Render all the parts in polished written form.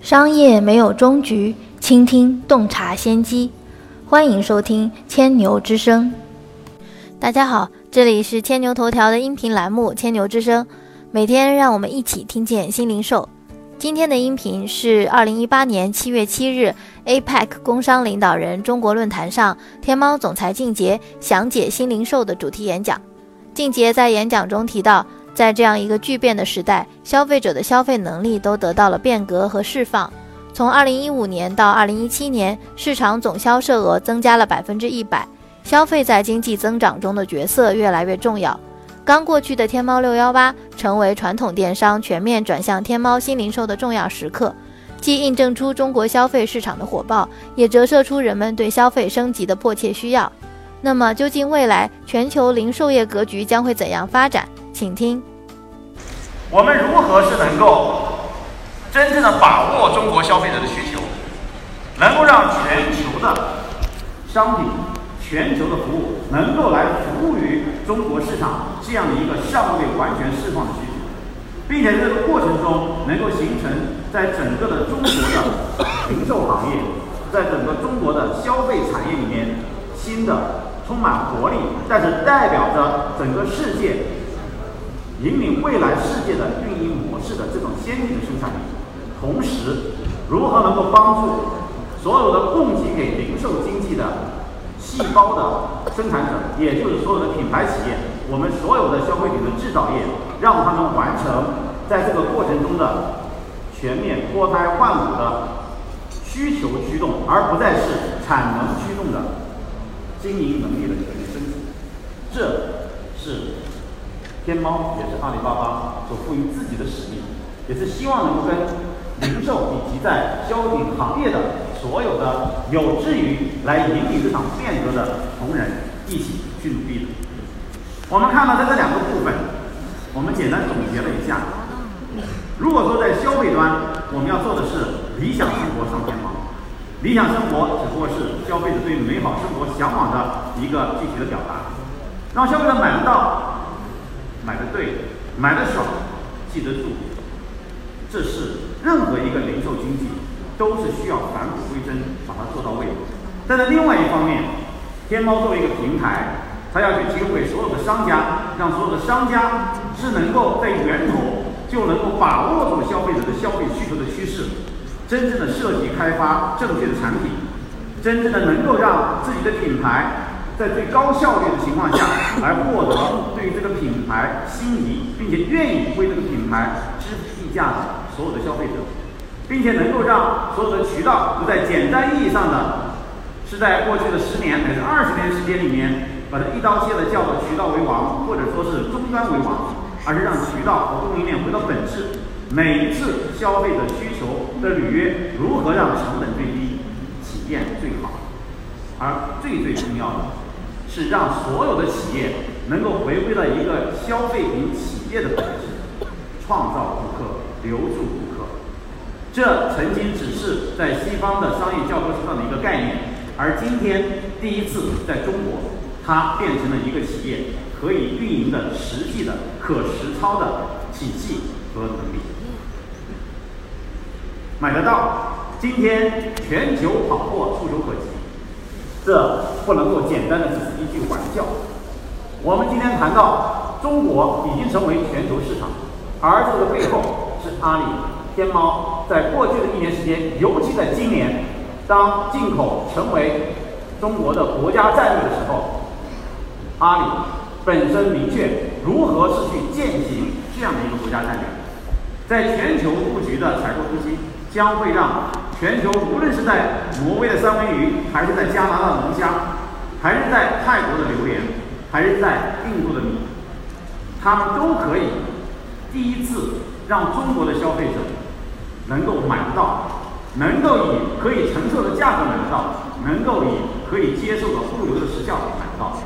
商业没有终局，倾听洞察先机。欢迎收听千牛之声。大家好，这里是千牛头条的音频栏目千牛之声，每天让我们一起听见新零售。今天的音频是2018年7月7日 APEC 工商领导人中国论坛上，天猫总裁靳杰详解新零售的主题演讲。靳杰在演讲中提到，在这样一个巨变的时代，消费者的消费能力都得到了变革和释放。从2015年到2017年，市场总销售额增加了100%，消费在经济增长中的角色越来越重要。刚过去的天猫618成为传统电商全面转向天猫新零售的重要时刻，既印证出中国消费市场的火爆，也折射出人们对消费升级的迫切需要。那么究竟未来全球零售业格局将会怎样发展？请听。 我们如何是能够真正的把握中国消费者的需求，能够让全球的商品、全球的服务能够来服务于中国市场这样的一个尚未完全释放的需求，并且在这个过程中能够形成在整个的中国的零售行业，在整个中国的消费产业里面新的充满活力，但是代表着整个世界引领未来世界的运营模式的这种先进的生产力，同时如何能够帮助所有的供给给零售经济的细胞的生产者，也就是所有的品牌企业，我们所有的消费品的制造业，让他们完成在这个过程中的全面脱胎换骨的需求驱动，而不再是产能驱动的经营能力的全面升级。这是天猫也是阿里巴巴所赋予自己的使命，也是希望能够跟零售以及在消费品行业的所有的有志于来引领这场变革的同仁一起去努力的。我们看到在这两个部分，我们简单总结了一下。如果说在消费端，我们要做的是理想生活上天猫，理想生活只不过是消费者对美好生活向往的一个具体的表达，让消费者买得到、买得对、买得爽、记得住，这是任何一个零售经济都是需要返璞归真把它做到位的。但是另外一方面，天猫作为一个平台，它要去接轨所有的商家，让所有的商家是能够在源头就能够把握住消费者的消费需求的趋势，真正的设计开发正确的产品，真正的能够让自己的品牌在最高效率的情况下来获得对于这个品牌心仪并且愿意为这个品牌支付溢价的所有的消费者，并且能够让所有的渠道不在简单意义上的是在过去的10年乃至20年时间里面把它一刀切的叫做渠道为王，或者说是终端为王，而是让渠道和供应链回到本质，每一次消费者需求的履约如何让成本最低、体验最好，而最重要的是让所有的企业能够回归到一个消费品企业的本质，创造顾客，留住顾客。这曾经只是在西方的商业教科书上的一个概念，而今天第一次在中国，它变成了一个企业可以运营的实际的可实操的体系和能力。买得到，今天全球跑货触手可及，这不能够简单的只是一句玩笑。我们今天谈到中国已经成为全球市场，而这个背后是阿里、天猫在过去的1年时间，尤其在今年，当进口成为中国的国家战略的时候，阿里本身明确如何是去践行这样的一个国家战略，在全球布局的采购中心将会让全球无论是在挪威的三文鱼，还是在加拿大的龙虾，还是在泰国的榴莲，还是在印度的米，他们都可以第一次让中国的消费者能够买得到，能够以可以承受的价格买得到，能够以可以接受的物流的时效买得到。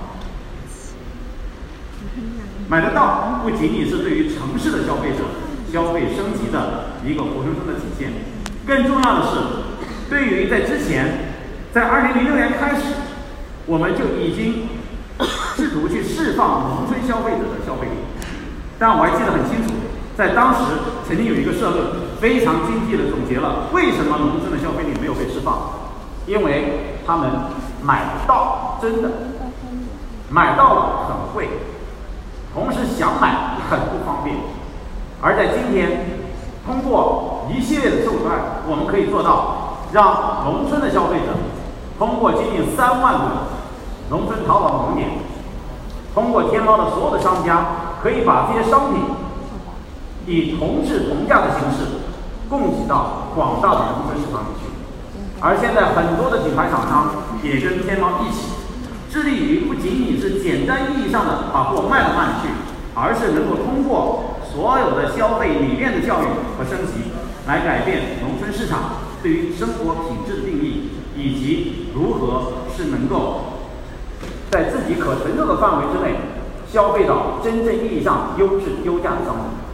买得到不仅仅是对于城市的消费者消费升级的一个活生生的体现，更重要的是，对于在之前，在2006年开始，我们就已经试图去释放农村消费者的消费力。但我还记得很清楚，在当时曾经有一个社论， 非常精辟地总结了为什么农村的消费力没有被释放，因为他们买不到，真的买到了很贵，同时想买很不方便。而在今天，通过一系列的手段，我们可以做到让农村的消费者通过接近3万个农村淘宝的网点，通过天猫的所有的商家，可以把这些商品以同质同价的形式供给到广大的农村市场里去。而现在很多的品牌厂商也跟天猫一起，致力于不仅仅是简单意义上的把货卖到哪里去，而是能够通过所有的消费理念的教育和升级，来改变农村市场对于生活品质的定义，以及如何是能够在自己可承受的范围之内消费到真正意义上优质优价的商品。